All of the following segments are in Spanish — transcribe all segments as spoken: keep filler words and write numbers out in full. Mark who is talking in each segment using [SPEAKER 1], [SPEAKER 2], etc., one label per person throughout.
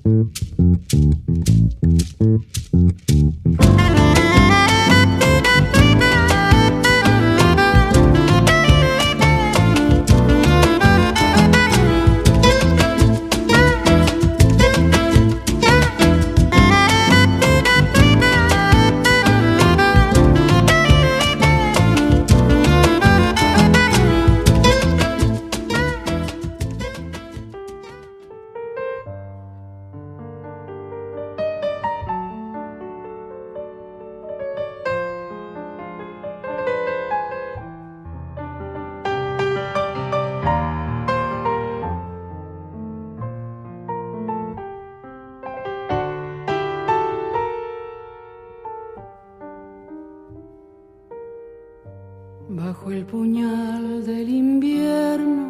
[SPEAKER 1] Bajo el puñal del invierno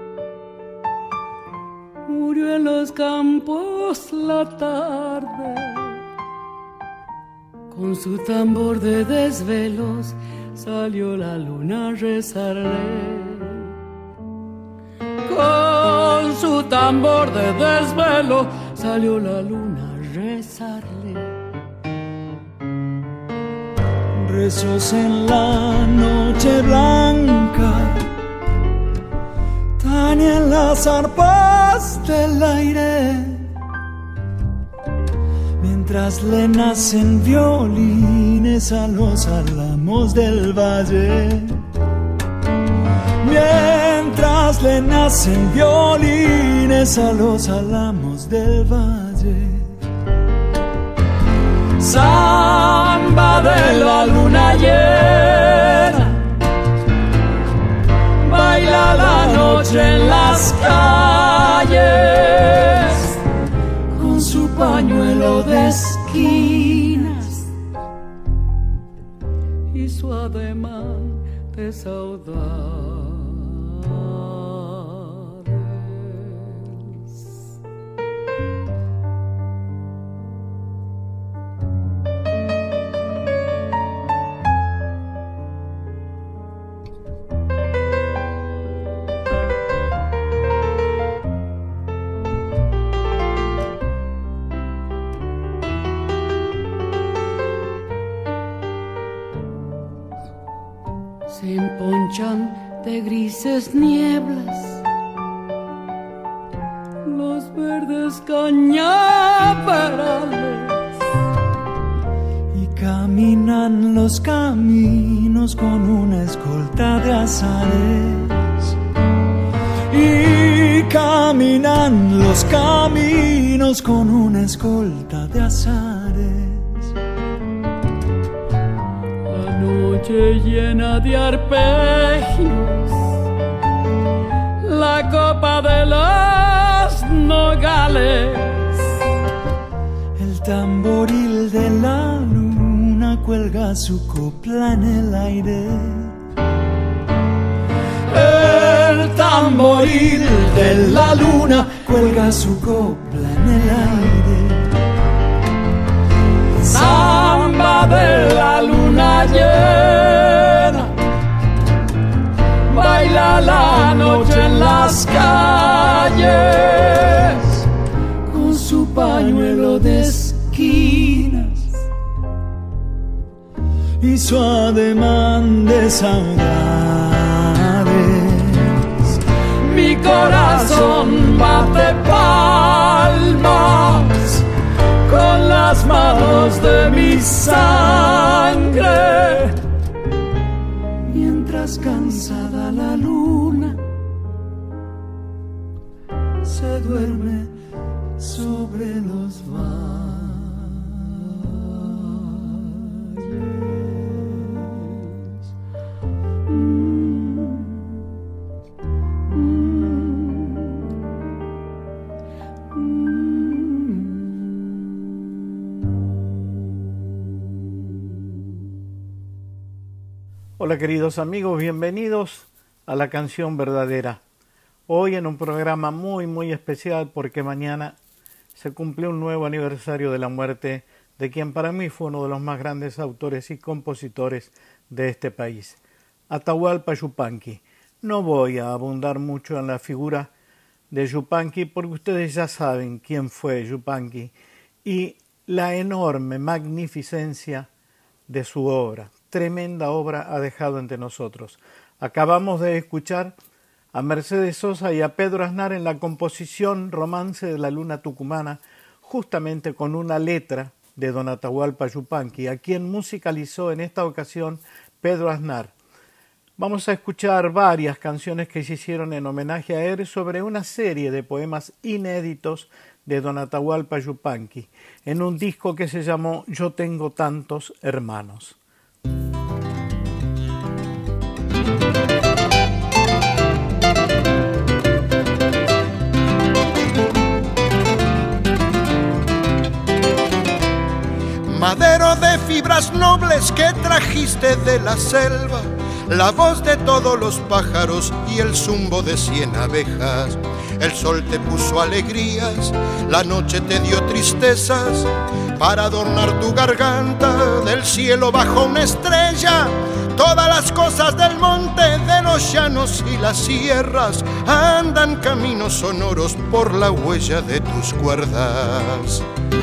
[SPEAKER 1] murió en los campos la tarde, con su tambor de desvelos salió la luna a rezarle. Con su tambor de desvelo salió la luna a rezarle.
[SPEAKER 2] Rezos en la noche blanca, tañen las arpas del aire, mientras le nacen violines a los álamos del valle. Mientras le nacen violines a los álamos del valle. Samba de la luna llena, baila la noche en las calles, con su pañuelo de esquinas
[SPEAKER 1] y su ademán de saudades. Se emponchan de grises nieblas los verdes cañaverales,
[SPEAKER 2] y caminan los caminos con una escolta de azares. Y caminan los caminos con una escolta de azares.
[SPEAKER 1] Noche llena de arpegios, la copa de los nogales,
[SPEAKER 2] el tamboril de la luna cuelga su copla en el aire. El tamboril de la luna cuelga su copla en el aire. Samba de la luna llena, baila la noche en las calles,
[SPEAKER 1] con su pañuelo de esquinas
[SPEAKER 2] y su ademán de saudades.
[SPEAKER 1] Mi corazón bate palmas con las manos de mi sangre, mientras cansada la luna se duerme sobre los valles.
[SPEAKER 3] Hola queridos amigos, bienvenidos a La Canción Verdadera. Hoy en un programa muy muy especial porque mañana se cumple un nuevo aniversario de la muerte de quien para mí fue uno de los más grandes autores y compositores de este país, Atahualpa Yupanqui. No voy a abundar mucho en la figura de Yupanqui, porque ustedes ya saben quién fue Yupanqui y la enorme magnificencia de su obra. Tremenda obra ha dejado entre nosotros. Acabamos de escuchar a Mercedes Sosa y a Pedro Aznar en la composición Romance de la Luna Tucumana, justamente con una letra de Don Atahualpa Yupanqui, a quien musicalizó en esta ocasión Pedro Aznar. Vamos a escuchar varias canciones que se hicieron en homenaje a él sobre una serie de poemas inéditos de Don Atahualpa Yupanqui, en un disco que se llamó Yo tengo tantos hermanos.
[SPEAKER 4] Madero de fibras nobles que trajiste de la selva, la voz de todos los pájaros y el zumbo de cien abejas. El sol te puso alegrías, la noche te dio tristezas. Para adornar tu garganta, del cielo bajó una estrella. Todas las cosas del monte, de los llanos y las sierras, andan caminos sonoros por la huella de tus cuerdas.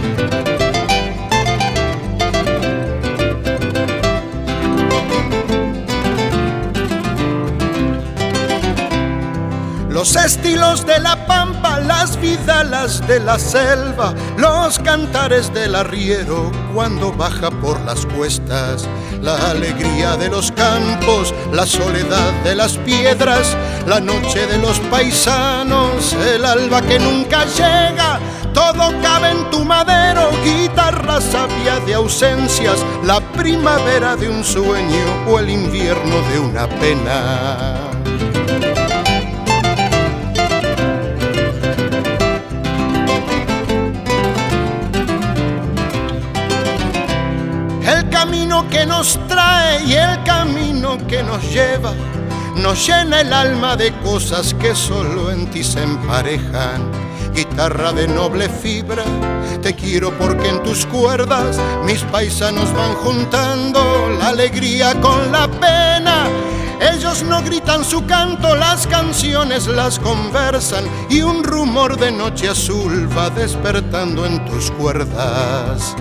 [SPEAKER 4] Los estilos de la pampa, las vidalas de la selva, los cantares del arriero cuando baja por las cuestas, la alegría de los campos, la soledad de las piedras, la noche de los paisanos, el alba que nunca llega. Todo cabe en tu madero, guitarra sabia de ausencias, la primavera de un sueño o el invierno de una pena. El camino que nos trae y el camino que nos lleva nos llena el alma de cosas que solo en ti se emparejan. Guitarra de noble fibra, te quiero porque en tus cuerdas mis paisanos van juntando la alegría con la pena. Ellos no gritan su canto, las canciones las conversan y un rumor de noche azul va despertando en tus cuerdas.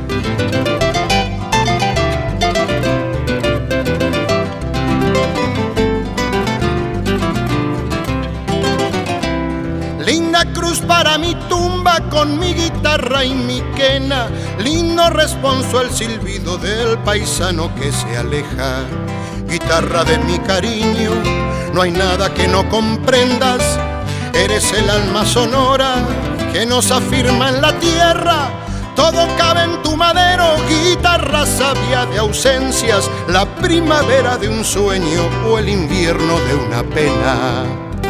[SPEAKER 4] Linda cruz para mi tumba con mi guitarra y mi quena, lindo responso al silbido del paisano que se aleja. Guitarra de mi cariño, no hay nada que no comprendas, eres el alma sonora que nos afirma en la tierra. Todo cabe en tu madero, guitarra sabia de ausencias, la primavera de un sueño o el invierno de una pena.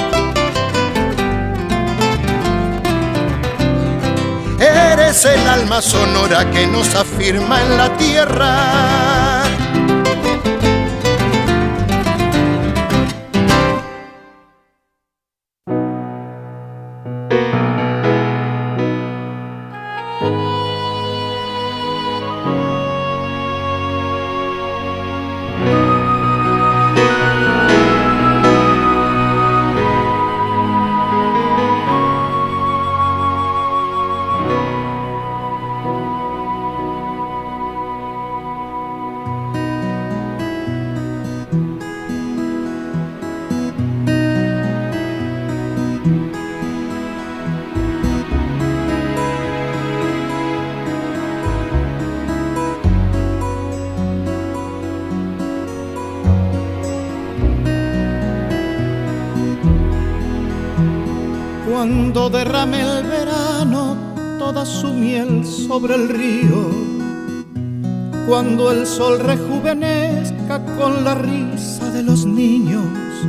[SPEAKER 4] Eres el alma sonora que nos afirma en la tierra.
[SPEAKER 5] Cuando derrame el verano toda su miel sobre el río, cuando el sol rejuvenezca con la risa de los niños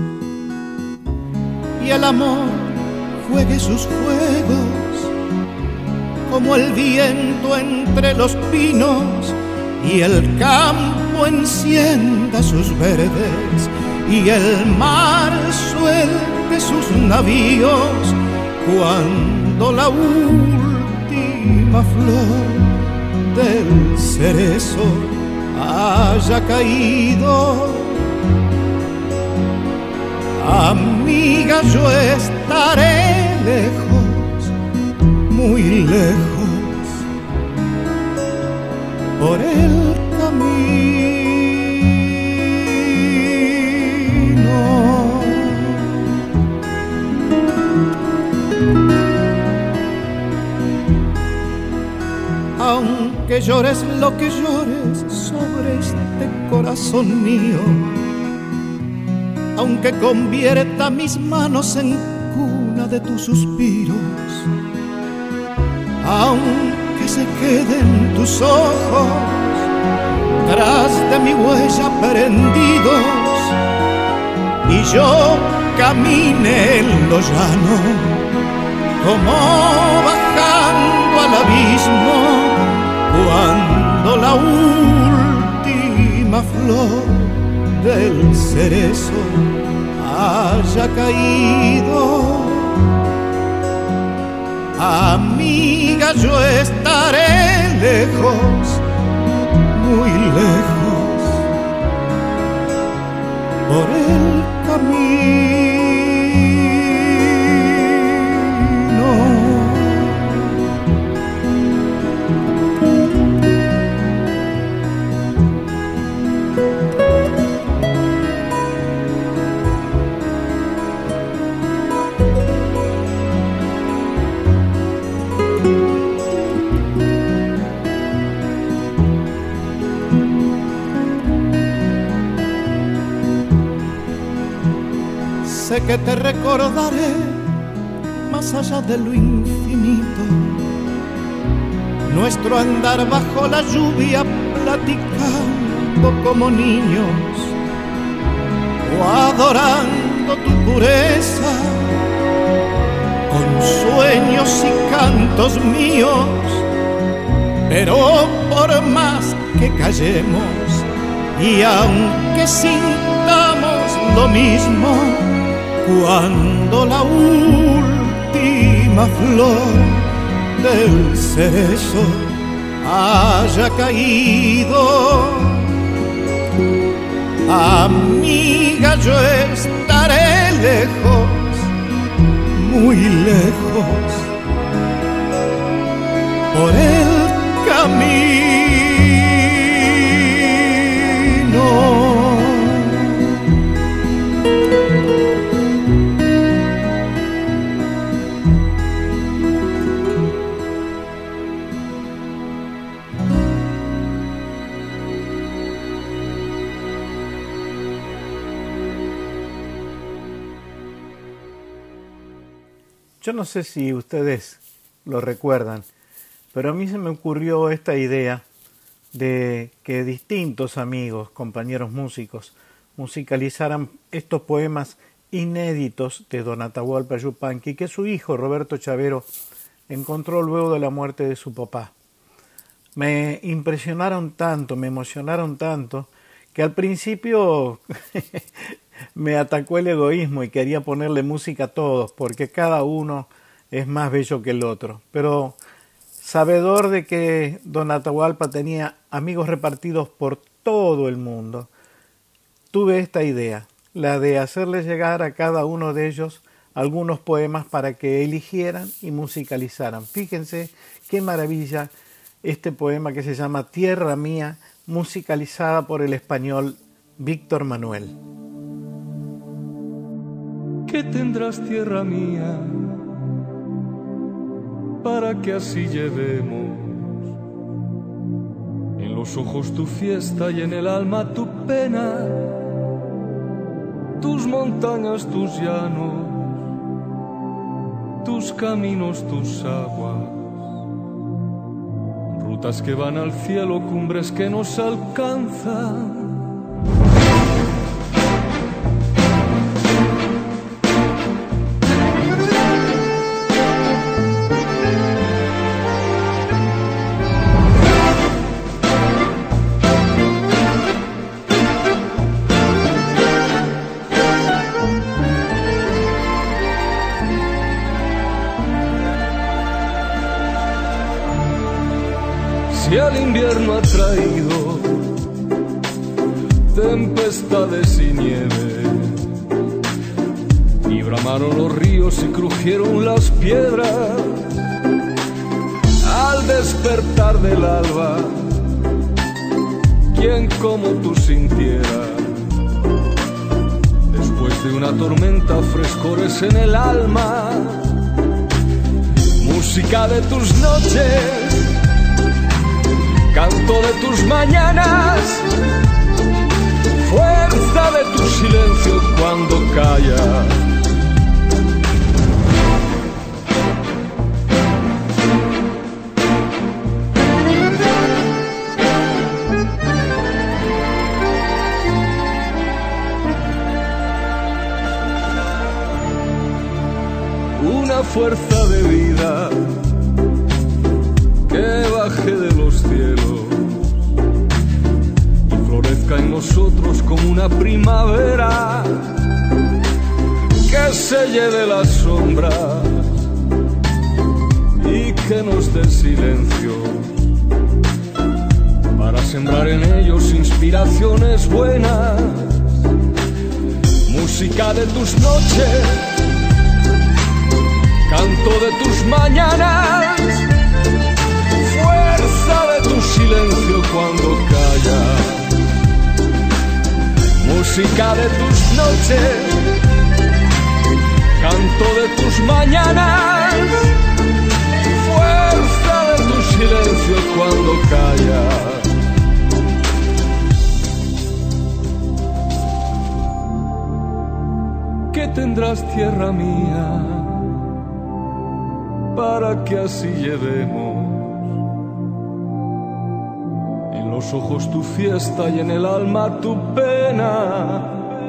[SPEAKER 5] y el amor juegue sus juegos como el viento entre los pinos y el campo encienda sus verdes y el mar suelte sus navíos, cuando la última flor del cerezo haya caído, amiga, yo estaré lejos, muy lejos, por el camino. Aunque llores lo que llores sobre este corazón mío, aunque convierta mis manos en cuna de tus suspiros, aunque se queden tus ojos tras de mi huella prendidos y yo camine en lo llano como bajando al abismo cuando la última flor del cerezo haya caído. Amiga, yo estaré lejos, muy lejos, por el camino. Sé que te recordaré más allá de lo infinito, nuestro andar bajo la lluvia platicando como niños o adorando tu pureza con sueños y cantos míos. Pero por más que callemos y aunque sintamos lo mismo, cuando la última flor del cerezo haya caído, amiga, yo estaré lejos, muy lejos, por el camino.
[SPEAKER 3] Yo no sé si ustedes lo recuerdan, pero a mí se me ocurrió esta idea de que distintos amigos, compañeros músicos, musicalizaran estos poemas inéditos de Don Atahualpa Yupanqui que su hijo Roberto Chavero encontró luego de la muerte de su papá. Me impresionaron tanto, me emocionaron tanto, que al principio me atacó el egoísmo y quería ponerle música a todos, porque cada uno es más bello que el otro. Pero sabedor de que Don Atahualpa tenía amigos repartidos por todo el mundo, tuve esta idea, la de hacerle llegar a cada uno de ellos algunos poemas para que eligieran y musicalizaran. Fíjense qué maravilla este poema que se llama Tierra Mía, musicalizada por el español Víctor Manuel.
[SPEAKER 6] ¿Qué tendrás, tierra mía, para que así llevemos en los ojos tu fiesta y en el alma tu pena, tus montañas, tus llanos, tus caminos, tus aguas, rutas que van al cielo, cumbres que nos alcanzan? Si el invierno ha traído tempestades y nieve, y Bramaron los ríos y crujieron las piedras al despertar del alba. ¿Quién como tú sintiera después de una tormenta frescores en el alma? Música de tus noches, canto de tus mañanas, fuerza de tu silencio cuando callas. Una fuerza de vida que baje de los cielos y florezca en nosotros como una primavera, que se lleve las sombras y que nos dé silencio para sembrar en ellos inspiraciones buenas. Música de tus noches, canto de tus mañanas, fuerza de tu silencio cuando callas. Música de tus noches, canto de tus mañanas, fuerza de tu silencio cuando callas. ¿Qué tendrás, tierra mía, para que así llevemos en los ojos tu fiesta y en el alma tu pena?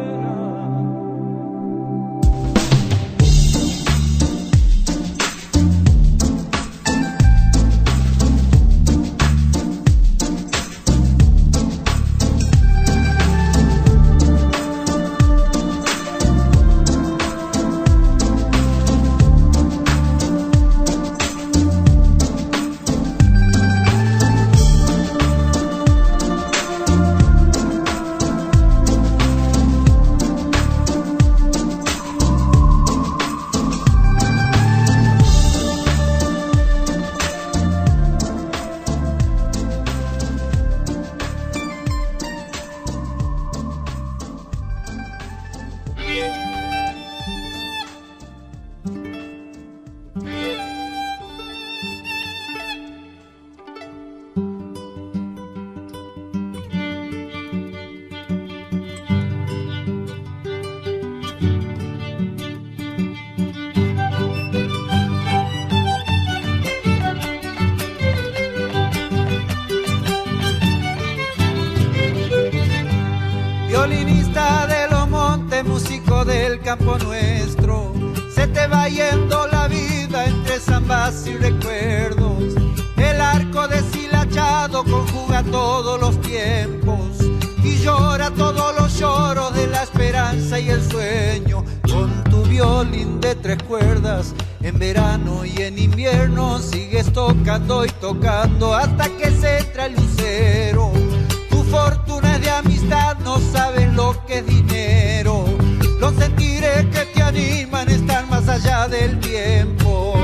[SPEAKER 7] Violinista de los montes, músico del campo nuestro, se te va yendo la vida entre zambas y recuerdos. El arco deshilachado conjuga todos los tiempos y llora todos los lloros de la esperanza y el sueño. Con tu violín de tres cuerdas, en verano y en invierno sigues tocando y tocando hasta que se entra el lucero. Tu fortuna es de amistad, no sabes lo que es dinero. Los sentires que te animan están más allá del tiempo.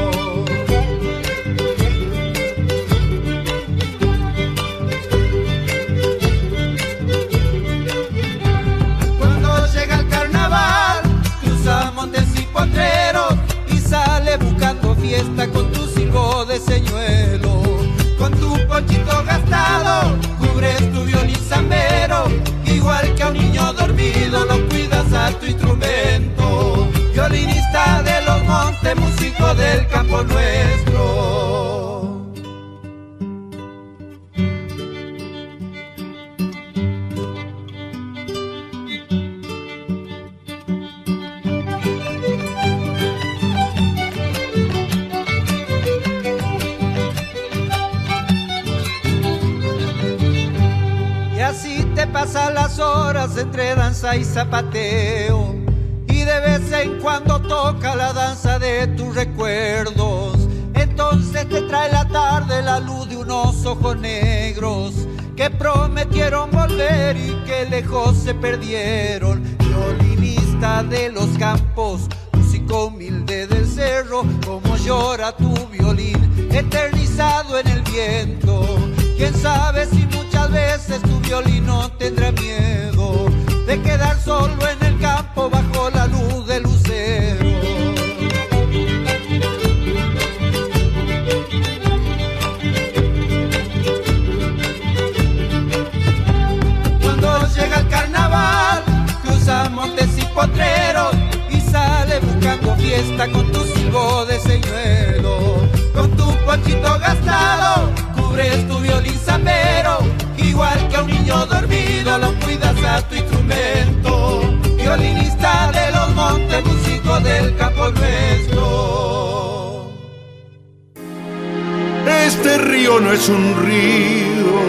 [SPEAKER 7] Cuando llega el carnaval, cruza montes y potreros y sale buscando fiesta con tu silbo de señuelo. Con tu ponchito gastado, cubres tu violín zambero, igual que a un niño dormido lo cuidas a tu instrumento. Violinista de los montes, músico del campo nuestro. Pasan las horas entre danza y zapateo, y de vez en cuando toca la danza de tus recuerdos. Entonces te trae la tarde la luz de unos ojos negros que prometieron volver y que lejos se perdieron. Violinista de los campos, músico humilde del cerro, como llora tu violín, eternizado en el viento. Quién sabe si muchas veces tu violín no tendrá miedo de quedar solo en el campo bajo la luz del lucero. Cuando llega el carnaval, cruza montes y potreros y sale buscando fiesta con tu silbo de señuelo. Con tu ponchito gastado cubres tu violín zambero, igual que a un niño dormido lo cuidas a tu instrumento. Violinista de los montes, músico del campo nuestro.
[SPEAKER 8] Este río no es un río,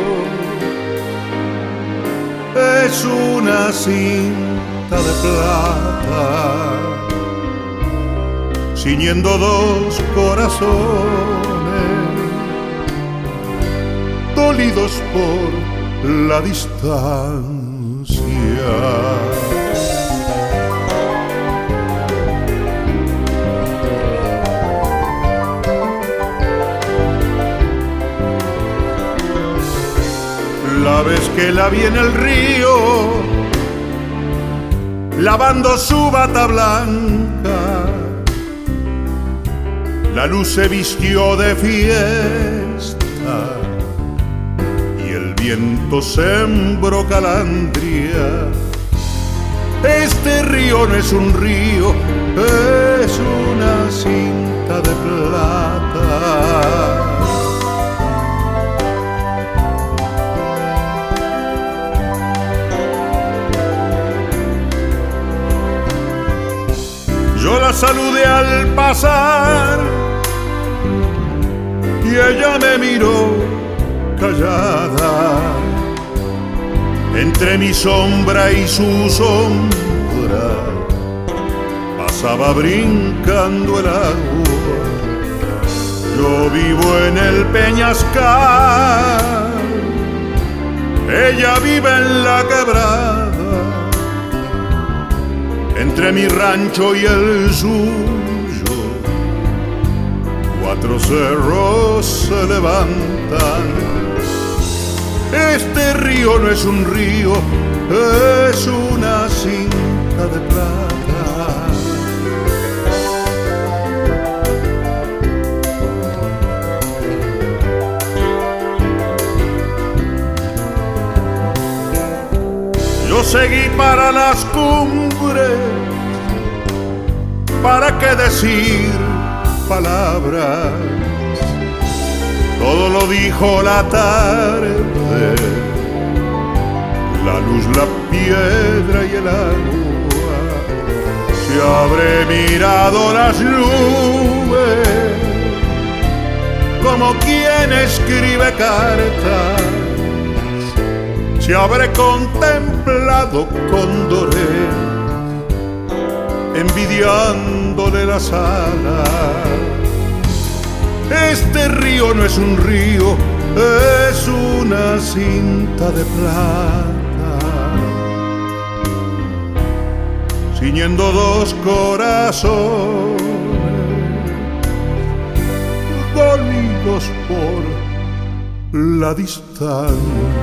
[SPEAKER 8] es una cinta de plata, ciñendo dos corazones dolidos por la distancia. La vez que la vi en el río, lavando su bata blanca, la luz se vistió de fiesta y el viento sembró calandria. Este río no es un río, es una cinta de plata. Yo la saludé al pasar y ella me miró callada. Entre mi sombra y su sombra pasaba brincando el agua. Yo vivo en el peñascal, ella vive en la quebrada. Entre mi rancho y el suyo, cuatro cerros se levantan. Este río no es un río, es una cinta de plata. Yo seguí para las cumbres, ¿para qué decir palabras? Todo lo dijo la tarde, la luz, la piedra y el agua. Si habré mirado las nubes como quien escribe cartas, si habré contemplado cóndores envidiándole las alas. Este río no es un río, es una cinta de plata, ciñendo dos corazones dolidos por la distancia.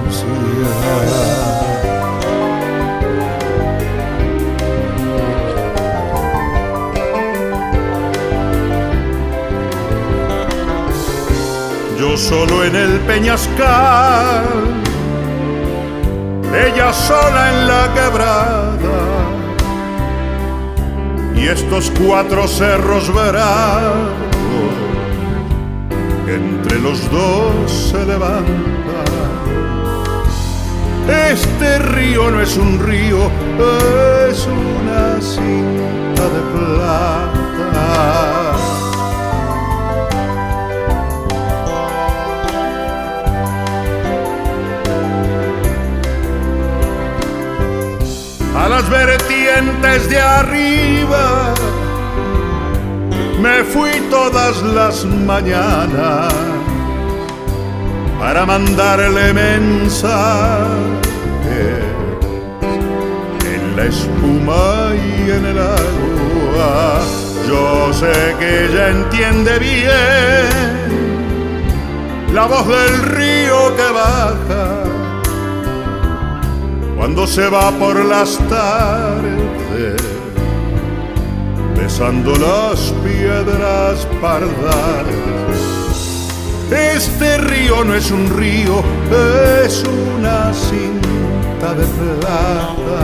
[SPEAKER 8] Yo solo en el peñascal, ella sola en la quebrada, y estos cuatro cerros veranos que entre los dos se levanta. Este río no es un río, es una cinta de plata. A las vertientes de arriba me fui todas las mañanas para mandarle mensajes en la espuma y en el agua. Yo sé que ella entiende bien la voz del río que baja cuando se va por las tardes, besando las piedras pardas. Este río no es un río, es una cinta de plata.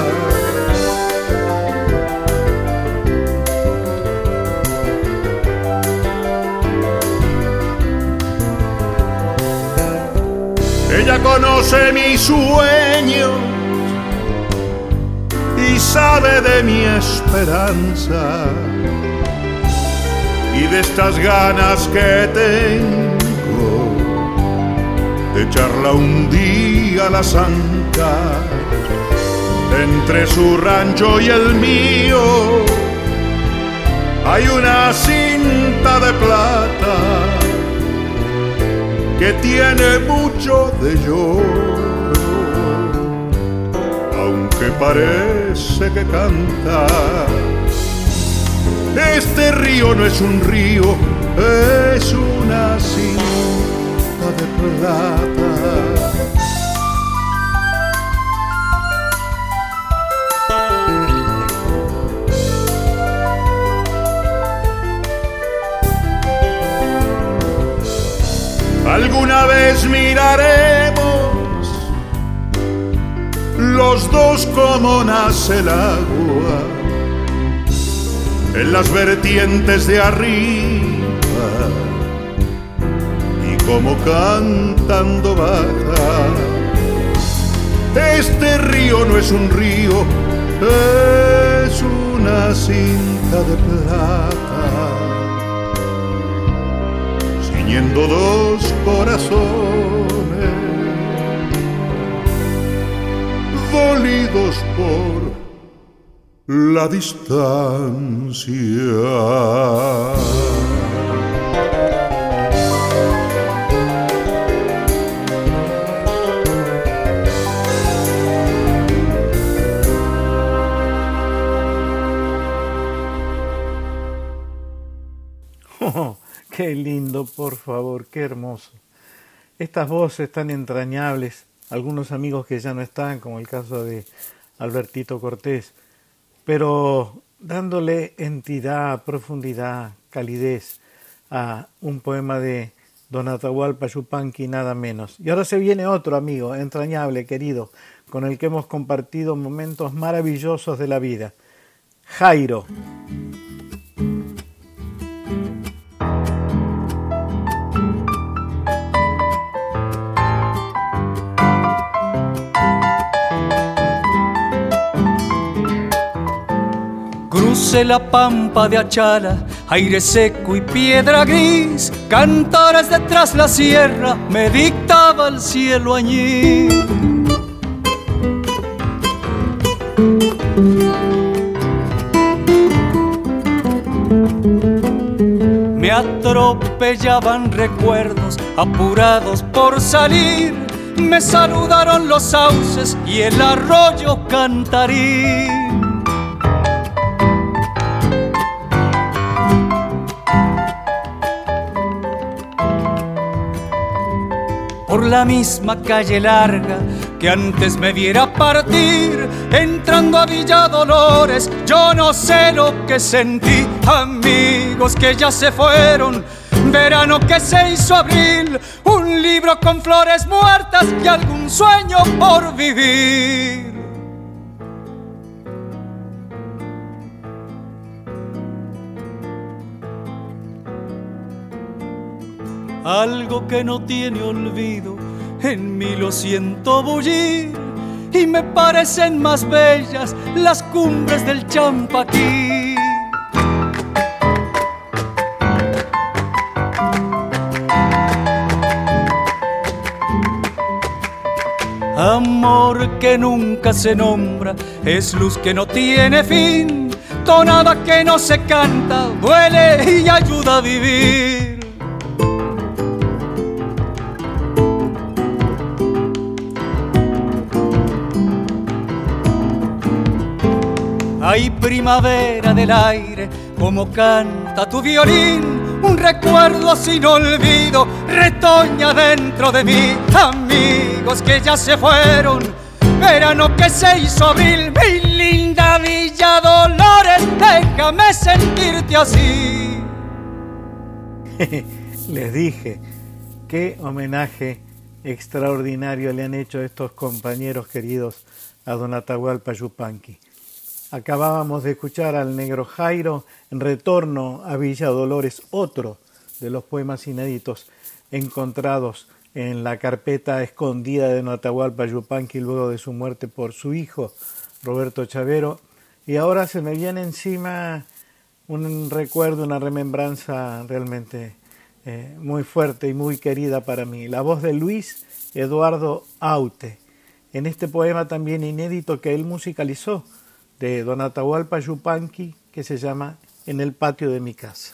[SPEAKER 8] Ella conoce mis sueños y sabe de mi esperanza y de estas ganas que tengo de echarla un día a la zanca. Entre su rancho y el mío hay una cinta de plata que tiene mucho de lloro, aunque parece que canta. Este río no es un río, es una cinta de plata. Alguna vez miraremos los dos cómo nace el agua en las vertientes de arriba y cómo cantando baja. Este río no es un río, es una cinta de plata, ciñendo dos corazones dolidos por la distancia.
[SPEAKER 3] Oh, qué lindo, por favor, qué hermoso. Estas voces tan entrañables, algunos amigos que ya no están, como el caso de Albertito Cortés, pero dándole entidad, profundidad, calidez a un poema de Don Atahualpa Yupanqui, nada menos. Y ahora se viene otro amigo, entrañable, querido, con el que hemos compartido momentos maravillosos de la vida, Jairo.
[SPEAKER 1] Crucé la pampa de Achala, aire seco y piedra gris, cantares detrás la sierra, me dictaba el cielo añil. Me atropellaban recuerdos, apurados por salir, me saludaron los sauces y el arroyo cantarín. Por la misma calle larga que antes me viera partir, entrando a Villa Dolores, yo no sé lo que sentí. Amigos que ya se fueron, verano que se hizo abril, un libro con flores muertas y algún sueño por vivir. Algo que no tiene olvido, en mí lo siento bullir, y me parecen más bellas las cumbres del Champaquí. Amor que nunca se nombra, es luz que no tiene fin, tonada que no se canta, duele y ayuda a vivir. Hay primavera del aire, como canta tu violín, un recuerdo sin olvido retoña dentro de mí. Amigos que ya se fueron, verano que se hizo abril, mi linda Villa Dolores, déjame sentirte así.
[SPEAKER 3] Les dije, qué homenaje extraordinario le han hecho estos compañeros queridos a don Atahualpa Yupanqui. Acabábamos de escuchar al Negro Jairo en Retorno a Villa Dolores, otro de los poemas inéditos encontrados en la carpeta escondida de don Atahualpa Yupanqui luego de su muerte por su hijo Roberto Chavero. Y ahora se me viene encima un recuerdo, una remembranza realmente eh, muy fuerte y muy querida para mí. La voz de Luis Eduardo Aute, en este poema también inédito que él musicalizó, de don Atahualpa Yupanqui, que se llama En el patio de mi casa.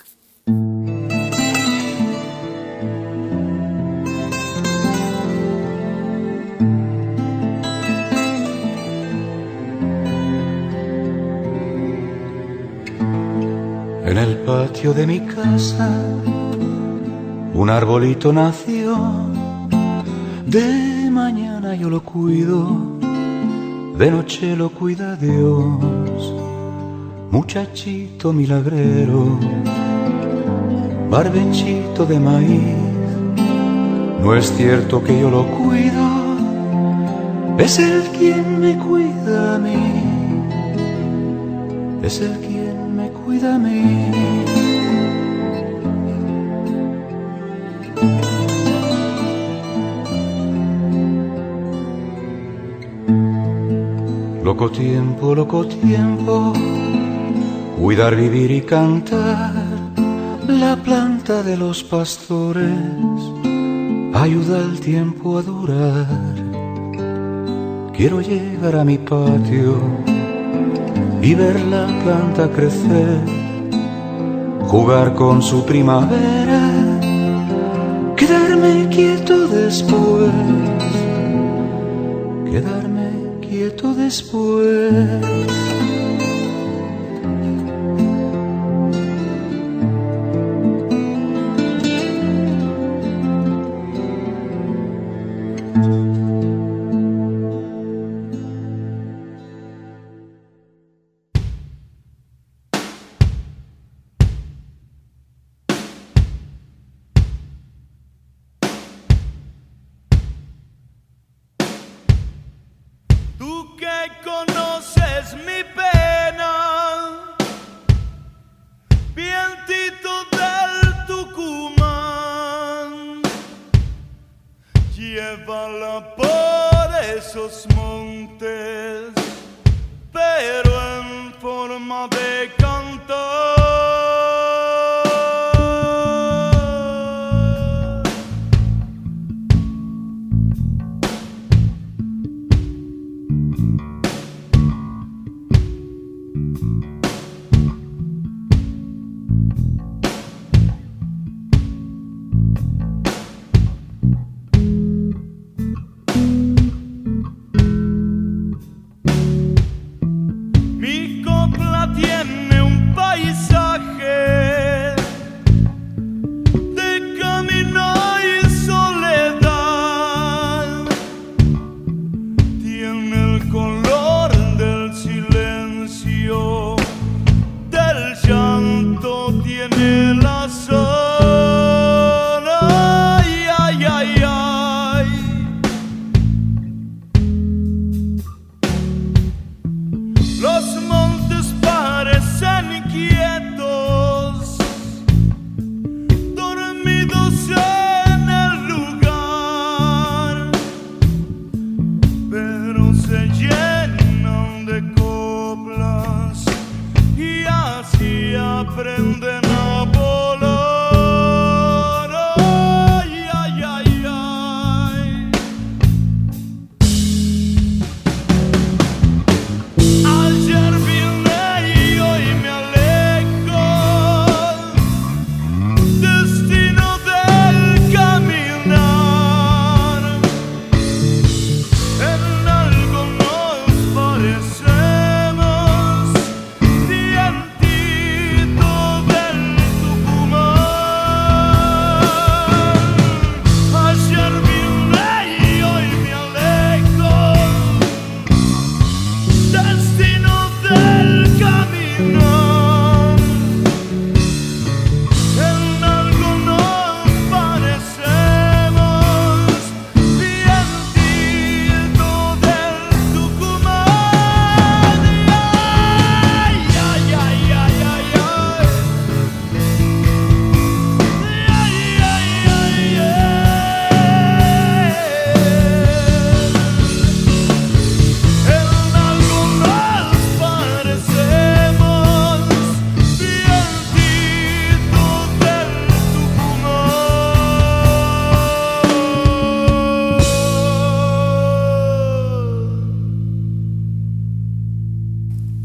[SPEAKER 9] En el patio de mi casa un arbolito nació, de mañana yo lo cuido, de noche lo cuida Dios. Muchachito milagrero, barbechito de maíz, no es cierto que yo lo cuido, es Él quien me cuida a mí, es Él quien me cuida a mí. Loco tiempo, loco tiempo, cuidar, vivir y cantar, la planta de los pastores ayuda al tiempo a durar. Quiero llegar a mi patio y ver la planta crecer, jugar con su primavera, quedarme quieto después, quedarme quieto después.
[SPEAKER 2] Conoces mi pena, vientito del Tucumán, llévala por esos montes, pero en forma de cantar. Mi copla tiene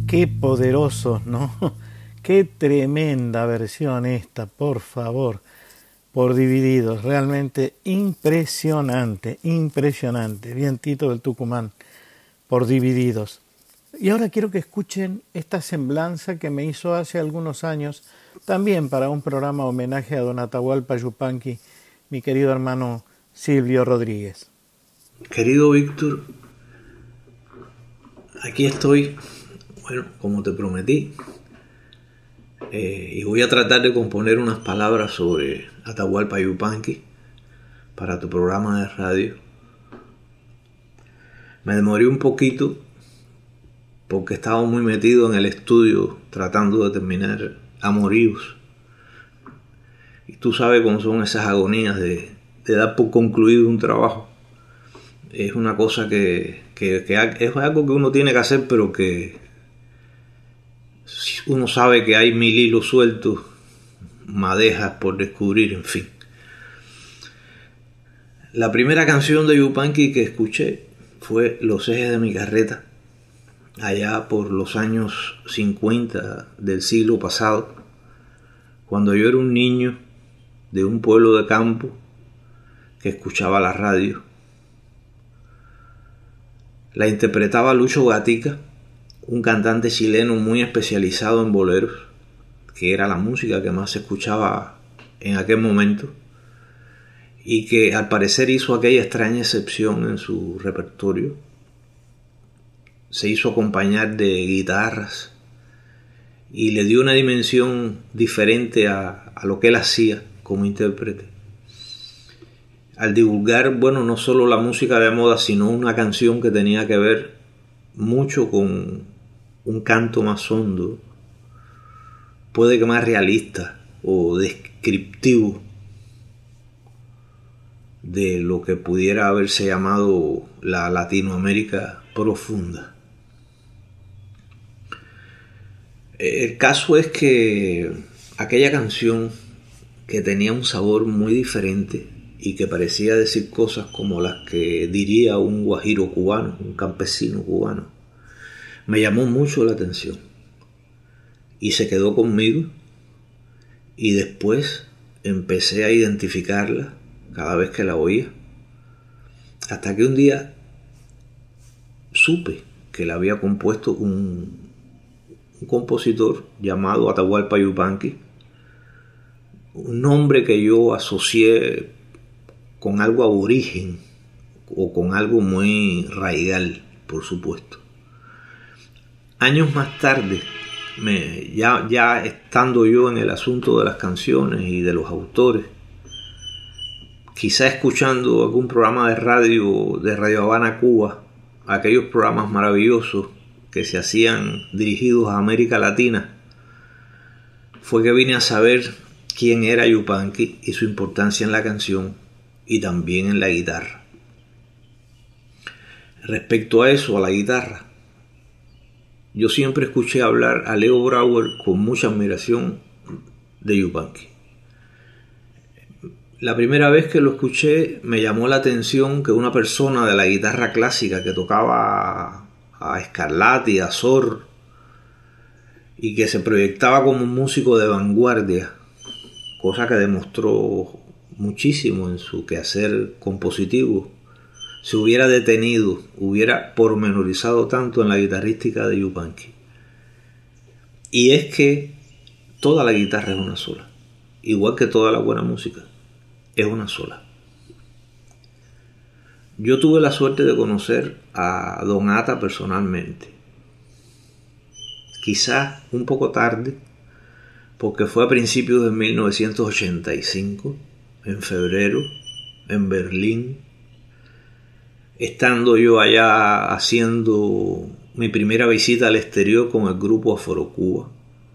[SPEAKER 3] Qué poderosos, ¿no? Qué tremenda versión esta, por favor, por Divididos. Realmente impresionante, impresionante. Bien, Tito del Tucumán, por Divididos. Y ahora quiero que escuchen esta semblanza que me hizo hace algunos años, también para un programa homenaje a don Atahualpa Yupanqui, mi querido hermano Silvio Rodríguez.
[SPEAKER 10] Querido Víctor, aquí estoy, bueno, como te prometí, eh, y voy a tratar de componer unas palabras sobre Atahualpa Yupanqui para tu programa de radio. Me demoré un poquito porque estaba muy metido en el estudio tratando de terminar Amoríos. Y tú sabes cómo son esas agonías de, de dar por concluido un trabajo. Es una cosa que, que, que es algo que uno tiene que hacer, pero que uno sabe que hay mil hilos sueltos, madejas por descubrir, en fin. La primera canción de Yupanqui que escuché fue Los ejes de mi carreta, allá por los años cincuenta del siglo pasado, cuando yo era un niño de un pueblo de campo que escuchaba la radio. La interpretaba Lucho Gatica, un cantante chileno muy especializado en boleros, que era la música que más se escuchaba en aquel momento, y que al parecer hizo aquella extraña excepción en su repertorio. Se hizo acompañar de guitarras y le dio una dimensión diferente a, a lo que él hacía como intérprete. Al divulgar, bueno, no solo la música de moda, sino una canción que tenía que ver mucho con un canto más hondo, puede que más realista o descriptivo de lo que pudiera haberse llamado la Latinoamérica profunda. El caso es que aquella canción, que tenía un sabor muy diferente y que parecía decir cosas como las que diría un guajiro cubano, un campesino cubano, me llamó mucho la atención y se quedó conmigo, y después empecé a identificarla cada vez que la oía, hasta que un día supe que la había compuesto un, un compositor llamado Atahualpa Yupanqui, un nombre que yo asocié con algo aborigen o con algo muy raigal, por supuesto. Años más tarde, me, ya, ya estando yo en el asunto de las canciones y de los autores, quizá escuchando algún programa de radio de Radio Habana, Cuba, aquellos programas maravillosos que se hacían dirigidos a América Latina, fue que vine a saber quién era Yupanqui y su importancia en la canción y también en la guitarra. Respecto a eso, a la guitarra, yo siempre escuché hablar a Leo Brauer con mucha admiración de Yupanqui. La primera vez que lo escuché me llamó la atención que una persona de la guitarra clásica que tocaba a Scarlatti, a Sor, y que se proyectaba como un músico de vanguardia, cosa que demostró muchísimo en su quehacer compositivo, se hubiera detenido, hubiera pormenorizado tanto en la guitarrística de Yupanqui. Y es que toda la guitarra es una sola, igual que toda la buena música es una sola. Yo tuve la suerte de conocer a Don Ata personalmente, quizás un poco tarde, porque fue a principios de mil novecientos ochenta y cinco, en febrero, en Berlín, estando yo allá haciendo mi primera visita al exterior con el grupo Afrocuba.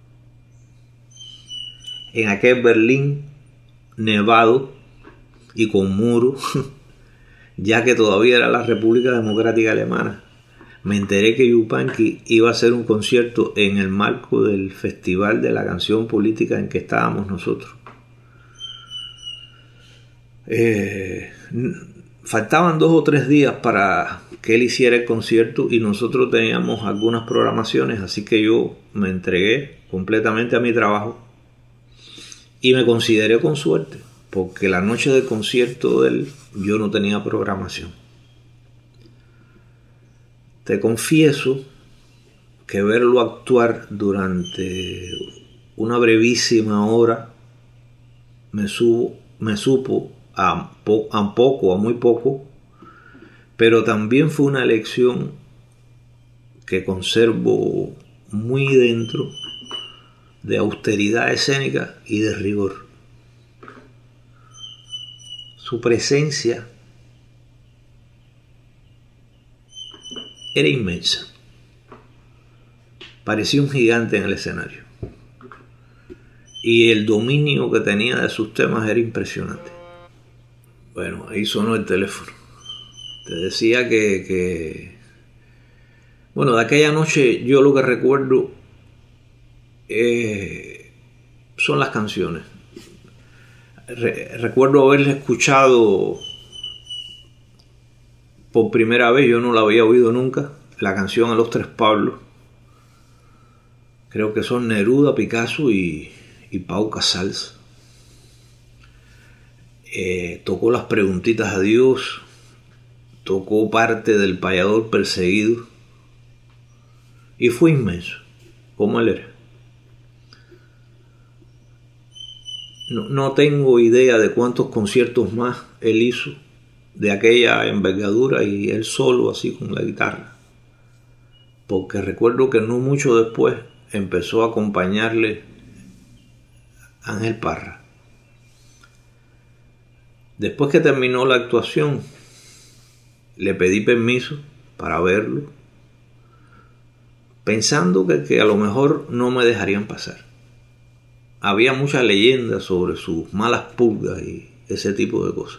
[SPEAKER 10] En aquel Berlín nevado y con muro, ya que todavía era la República Democrática Alemana, me enteré que Yupanqui iba a hacer un concierto en el marco del Festival de la Canción Política en que estábamos nosotros. Eh, faltaban dos o tres días para que él hiciera el concierto y nosotros teníamos algunas programaciones, así que yo me entregué completamente a mi trabajo y me consideré con suerte, porque la noche del concierto de él yo no tenía programación. Te confieso que verlo actuar durante una brevísima hora me, subo, me supo a, po, a poco, a muy poco, pero también fue una lección que conservo muy dentro, de austeridad escénica y de rigor. Su presencia era inmensa. Parecía un gigante en el escenario. Y el dominio que tenía de sus temas era impresionante. Bueno, ahí sonó el teléfono. Te decía que, que... Bueno, de aquella noche yo lo que recuerdo eh, son las canciones. Re- recuerdo haberla escuchado por primera vez, yo no la había oído nunca, la canción A los Tres Pablos. Creo que son Neruda, Picasso y, y Pau Casals. Eh, tocó Las Preguntitas a Dios, tocó parte del Payador Perseguido y fue inmenso, como él era. No, no tengo idea de cuántos conciertos más él hizo de aquella envergadura y él solo así con la guitarra, porque recuerdo que no mucho después empezó a acompañarle Ángel Parra. Después que terminó la actuación le pedí permiso para verlo, pensando que, que a lo mejor no me dejarían pasar. Había muchas leyendas sobre sus malas pulgas y ese tipo de cosas.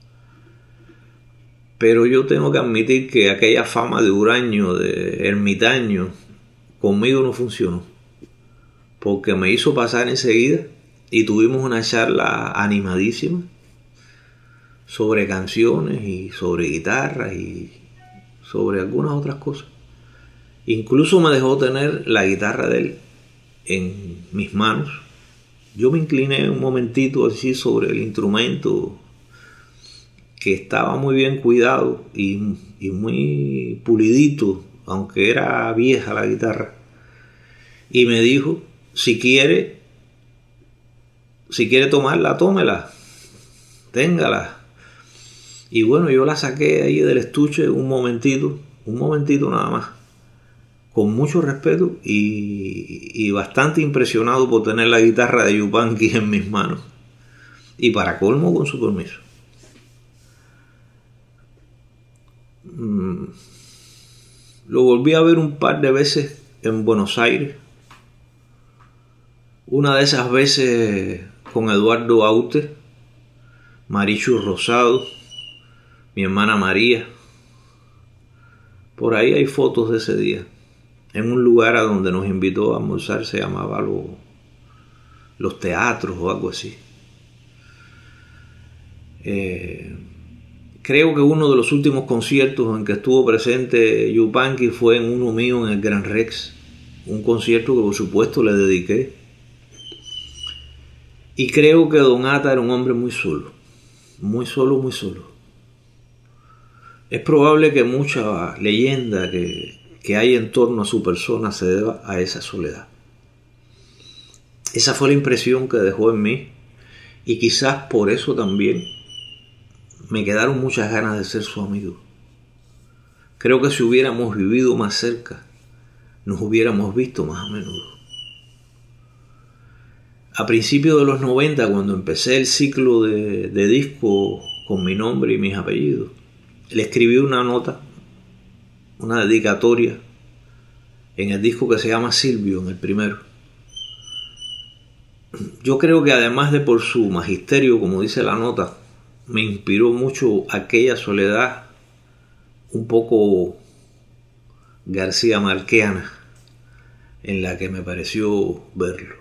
[SPEAKER 10] Pero yo tengo que admitir que aquella fama de huraño, de ermitaño, conmigo no funcionó. Porque me hizo pasar enseguida y tuvimos una charla animadísima sobre canciones y sobre guitarras y sobre algunas otras cosas. Incluso me dejó tener la guitarra de él en mis manos. Yo me incliné un momentito así sobre el instrumento, que estaba muy bien cuidado y, y muy pulidito, aunque era vieja la guitarra. Y me dijo, si quiere, si quiere tomarla, tómela, téngala. Y bueno, yo la saqué ahí del estuche un momentito, un momentito nada más, con mucho respeto y, y bastante impresionado por tener la guitarra de Yupanqui en mis manos. Y para colmo, con su permiso. Mm. Lo volví a ver un par de veces en Buenos Aires. Una de esas veces con Eduardo Aute, Marichu Rosado, mi hermana María. Por ahí hay fotos de ese día, en un lugar a donde nos invitó a almorzar, se llamaba lo, Los Teatros o algo así. Eh, creo que uno de los últimos conciertos en que estuvo presente Yupanqui fue en uno mío en el Gran Rex, un concierto que por supuesto le dediqué. Y creo que Don Ata era un hombre muy solo, muy solo, muy solo. Es probable que mucha leyenda que, que hay en torno a su persona se deba a esa soledad. Esa fue la impresión que dejó en mí y quizás por eso también me quedaron muchas ganas de ser su amigo. Creo que si hubiéramos vivido más cerca, nos hubiéramos visto más a menudo. A principios de los noventa, cuando empecé el ciclo de, de discos con mi nombre y mis apellidos, le escribí una nota, una dedicatoria, en el disco que se llama Silvio, en el primero. Yo creo que además de por su magisterio, como dice la nota, me inspiró mucho aquella soledad un poco García Marqueana en la que me pareció verlo.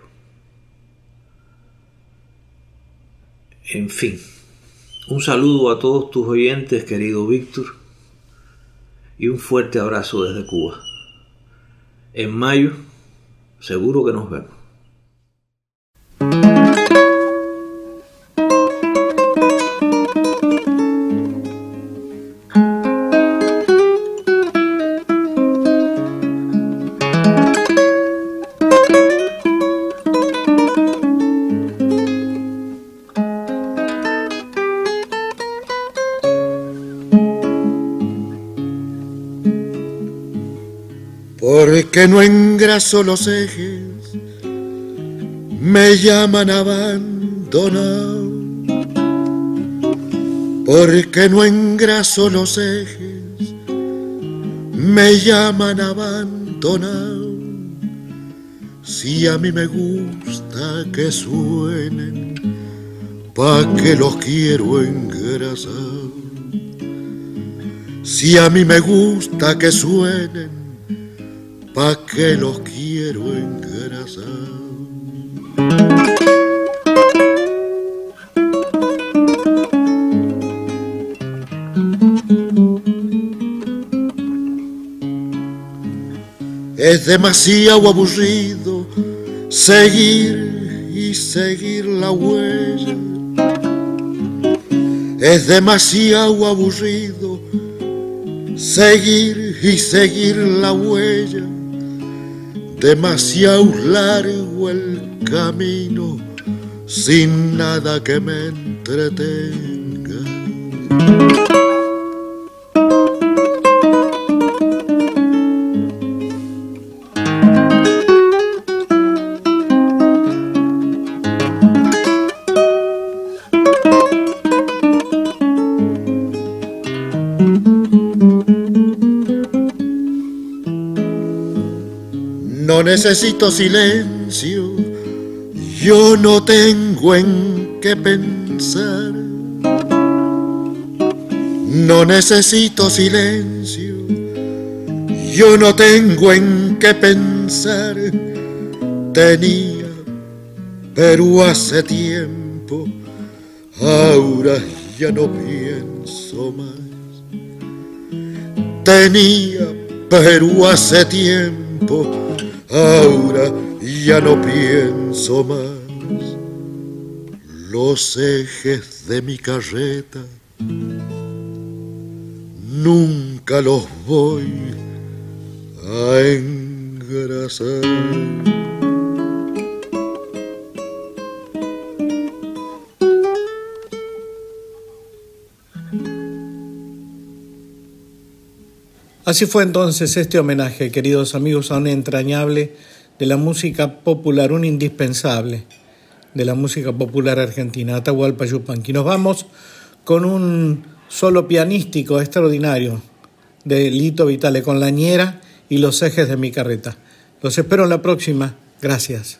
[SPEAKER 10] En fin, un saludo a todos tus oyentes, querido Víctor, y un fuerte abrazo desde Cuba. En mayo seguro que nos vemos.
[SPEAKER 4] Porque no engraso los ejes, me llaman abandonado. Porque no engraso los ejes, me llaman abandonado. Si a mí me gusta que suenen, pa' que los quiero engrasar. Si a mí me gusta que suenen, pa' que los quiero engrasar. Es demasiado aburrido seguir y seguir la huella. Es demasiado aburrido seguir y seguir la huella. Demasiado largo el camino sin nada que me entretenga. No necesito silencio, yo no tengo en qué pensar. No necesito silencio, yo no tengo en qué pensar. Tenía, pero hace tiempo, ahora ya no pienso más. Tenía, pero hace tiempo, ahora ya no pienso más. Los ejes de mi carreta nunca los voy a engrasar.
[SPEAKER 3] Así fue entonces este homenaje, queridos amigos, a un entrañable de la música popular, un indispensable de la música popular argentina, Atahualpa Yupanqui. Nos vamos con un solo pianístico extraordinario de Lito Vitale, con La ñera y los ejes de mi carreta. Los espero en la próxima. Gracias.